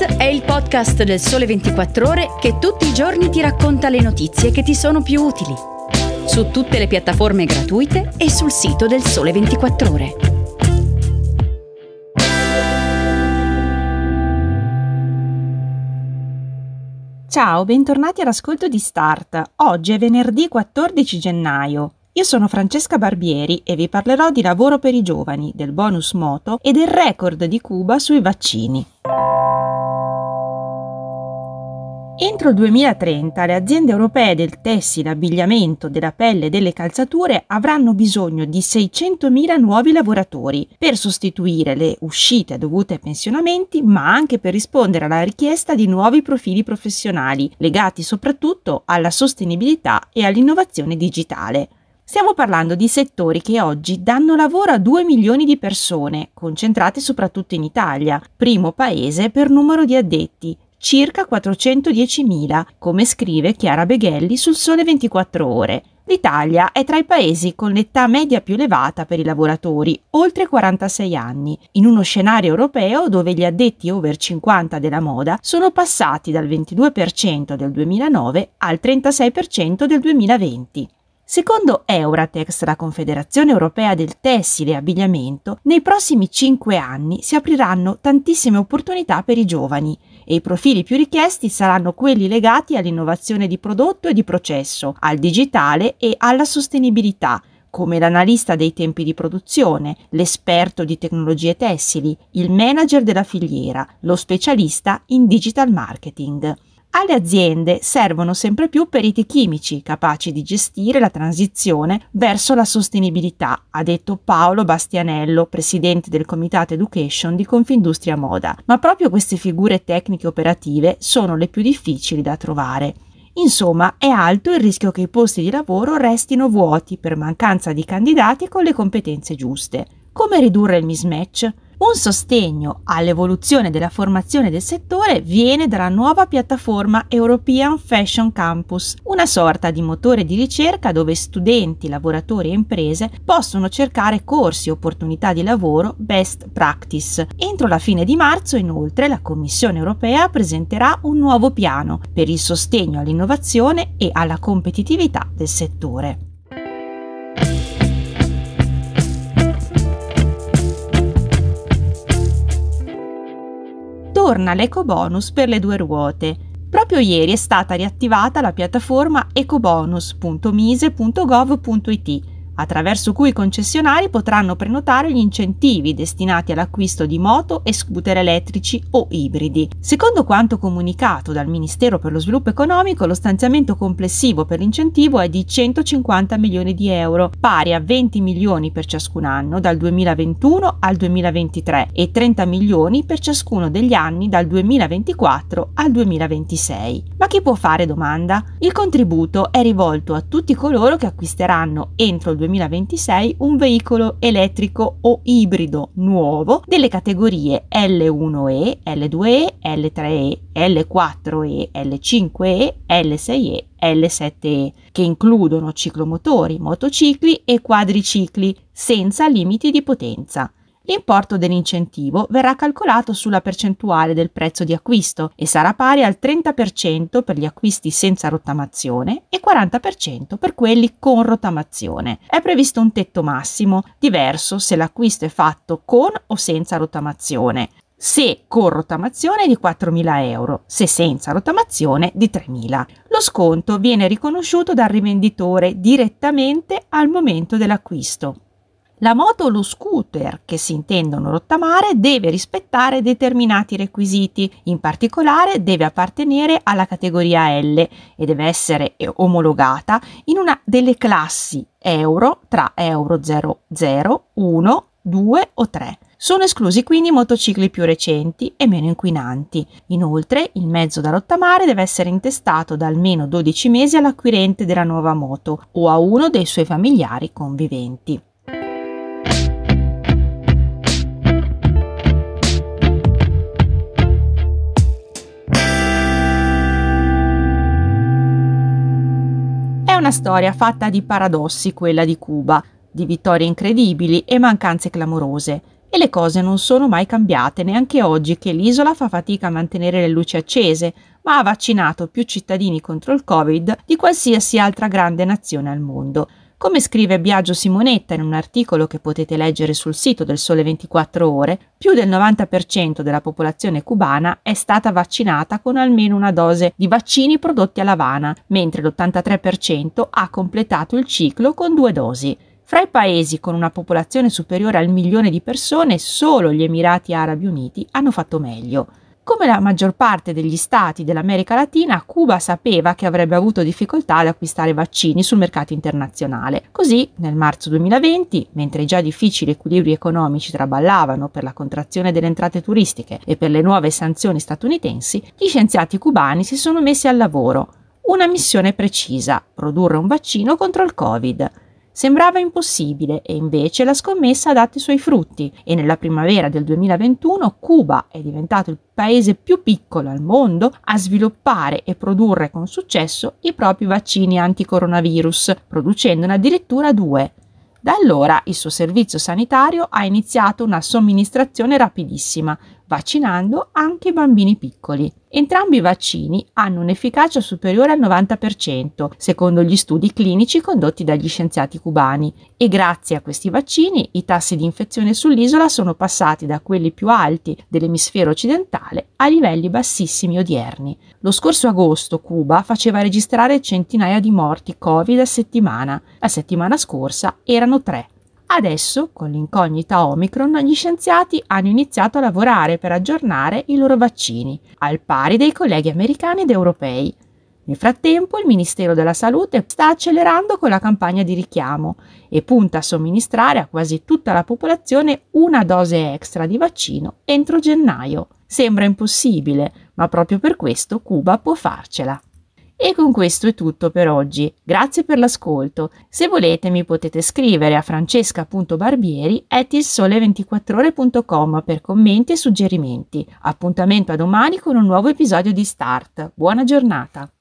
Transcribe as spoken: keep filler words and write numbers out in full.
Start è il podcast del Sole ventiquattro Ore che tutti i giorni ti racconta le notizie che ti sono più utili. Su tutte le piattaforme gratuite e sul sito del Sole ventiquattro Ore. Ciao, bentornati all'ascolto di Start. Oggi è venerdì quattordici gennaio. Io sono Francesca Barbieri e vi parlerò di lavoro per i giovani, del bonus moto e del record di Cuba sui vaccini. Entro il duemilatrenta le aziende europee del tessile, abbigliamento, della pelle e delle calzature avranno bisogno di seicentomila nuovi lavoratori per sostituire le uscite dovute ai pensionamenti, ma anche per rispondere alla richiesta di nuovi profili professionali, legati soprattutto alla sostenibilità e all'innovazione digitale. Stiamo parlando di settori che oggi danno lavoro a due milioni di persone, concentrate soprattutto in Italia, primo paese per numero di addetti, circa quattrocentodiecimila, come scrive Chiara Beghelli sul Sole ventiquattro Ore. L'Italia è tra i paesi con l'età media più elevata per i lavoratori, oltre quarantasei anni, in uno scenario europeo dove gli addetti over cinquanta della moda sono passati dal ventidue per cento del duemilanove al trentasei per cento del duemilaventi. Secondo Euratex, la Confederazione Europea del Tessile e Abbigliamento, nei prossimi cinque anni si apriranno tantissime opportunità per i giovani e i profili più richiesti saranno quelli legati all'innovazione di prodotto e di processo, al digitale e alla sostenibilità, come l'analista dei tempi di produzione, l'esperto di tecnologie tessili, il manager della filiera, lo specialista in digital marketing. Alle aziende servono sempre più periti chimici capaci di gestire la transizione verso la sostenibilità, ha detto Paolo Bastianello, presidente del Comitato Education di Confindustria Moda. Ma proprio queste figure tecniche operative sono le più difficili da trovare. Insomma, è alto il rischio che i posti di lavoro restino vuoti per mancanza di candidati con le competenze giuste. Come ridurre il mismatch? Un sostegno all'evoluzione della formazione del settore viene dalla nuova piattaforma European Fashion Campus, una sorta di motore di ricerca dove studenti, lavoratori e imprese possono cercare corsi e opportunità di lavoro best practice. Entro la fine di marzo, inoltre, la Commissione europea presenterà un nuovo piano per il sostegno all'innovazione e alla competitività del settore. Torna l'ecobonus per le due ruote. Proprio ieri è stata riattivata la piattaforma ecobonus punto mise punto gov punto it, attraverso cui i concessionari potranno prenotare gli incentivi destinati all'acquisto di moto e scooter elettrici o ibridi. Secondo quanto comunicato dal Ministero per lo Sviluppo Economico, lo stanziamento complessivo per l'incentivo è di centocinquanta milioni di euro, pari a venti milioni per ciascun anno dal duemilaventuno al duemilaventitré e trenta milioni per ciascuno degli anni dal duemilaventiquattro al duemilaventisei. Ma chi può fare domanda? Il contributo è rivolto a tutti coloro che acquisteranno entro il duemilaventisei un veicolo elettrico o ibrido nuovo delle categorie L uno E, L due E, L tre E, L quattro E, L cinque E, L sei E, L sette E, che includono ciclomotori, motocicli e quadricicli senza limiti di potenza. L'importo dell'incentivo verrà calcolato sulla percentuale del prezzo di acquisto e sarà pari al trenta per cento per gli acquisti senza rottamazione e quaranta per cento per quelli con rottamazione. È previsto un tetto massimo, diverso se l'acquisto è fatto con o senza rottamazione. Se con rottamazione di quattromila euro, se senza rottamazione di tremila. Lo sconto viene riconosciuto dal rivenditore direttamente al momento dell'acquisto. La moto o lo scooter che si intendono rottamare deve rispettare determinati requisiti, in particolare deve appartenere alla categoria L e deve essere omologata in una delle classi Euro tra Euro zero zero, uno, due o tre. Sono esclusi quindi i motocicli più recenti e meno inquinanti. Inoltre, il mezzo da rottamare deve essere intestato da almeno dodici mesi all'acquirente della nuova moto o a uno dei suoi familiari conviventi. È una storia fatta di paradossi quella di Cuba, di vittorie incredibili e mancanze clamorose. E le cose non sono mai cambiate neanche oggi che l'isola fa fatica a mantenere le luci accese, ma ha vaccinato più cittadini contro il Covid di qualsiasi altra grande nazione al mondo. Come scrive Biagio Simonetta in un articolo che potete leggere sul sito del Sole ventiquattro Ore, più del novanta per cento della popolazione cubana è stata vaccinata con almeno una dose di vaccini prodotti a L'Avana, mentre l'ottantatré per cento ha completato il ciclo con due dosi. Fra i paesi con una popolazione superiore al milione di persone, solo gli Emirati Arabi Uniti hanno fatto meglio. Come la maggior parte degli stati dell'America Latina, Cuba sapeva che avrebbe avuto difficoltà ad acquistare vaccini sul mercato internazionale. Così, nel marzo duemilaventi, mentre i già difficili equilibri economici traballavano per la contrazione delle entrate turistiche e per le nuove sanzioni statunitensi, gli scienziati cubani si sono messi al lavoro. Una missione precisa: produrre un vaccino contro il Covid. Sembrava impossibile e invece la scommessa ha dato i suoi frutti e nella primavera del duemilaventuno Cuba è diventato il paese più piccolo al mondo a sviluppare e produrre con successo i propri vaccini anti-coronavirus, producendone addirittura due. Da allora il suo servizio sanitario ha iniziato una somministrazione rapidissima, vaccinando anche i bambini piccoli. Entrambi i vaccini hanno un'efficacia superiore al novanta per cento, secondo gli studi clinici condotti dagli scienziati cubani, e grazie a questi vaccini i tassi di infezione sull'isola sono passati da quelli più alti dell'emisfero occidentale a livelli bassissimi odierni. Lo scorso agosto Cuba faceva registrare centinaia di morti Covid a settimana, la settimana scorsa erano tre. Adesso, con l'incognita Omicron, gli scienziati hanno iniziato a lavorare per aggiornare i loro vaccini, al pari dei colleghi americani ed europei. Nel frattempo, il Ministero della Salute sta accelerando con la campagna di richiamo e punta a somministrare a quasi tutta la popolazione una dose extra di vaccino entro gennaio. Sembra impossibile, ma proprio per questo Cuba può farcela. E con questo è tutto per oggi. Grazie per l'ascolto. Se volete mi potete scrivere a francesca punto barbieri chiocciola il sole ventiquattro ore punto com per commenti e suggerimenti. Appuntamento a domani con un nuovo episodio di Start. Buona giornata!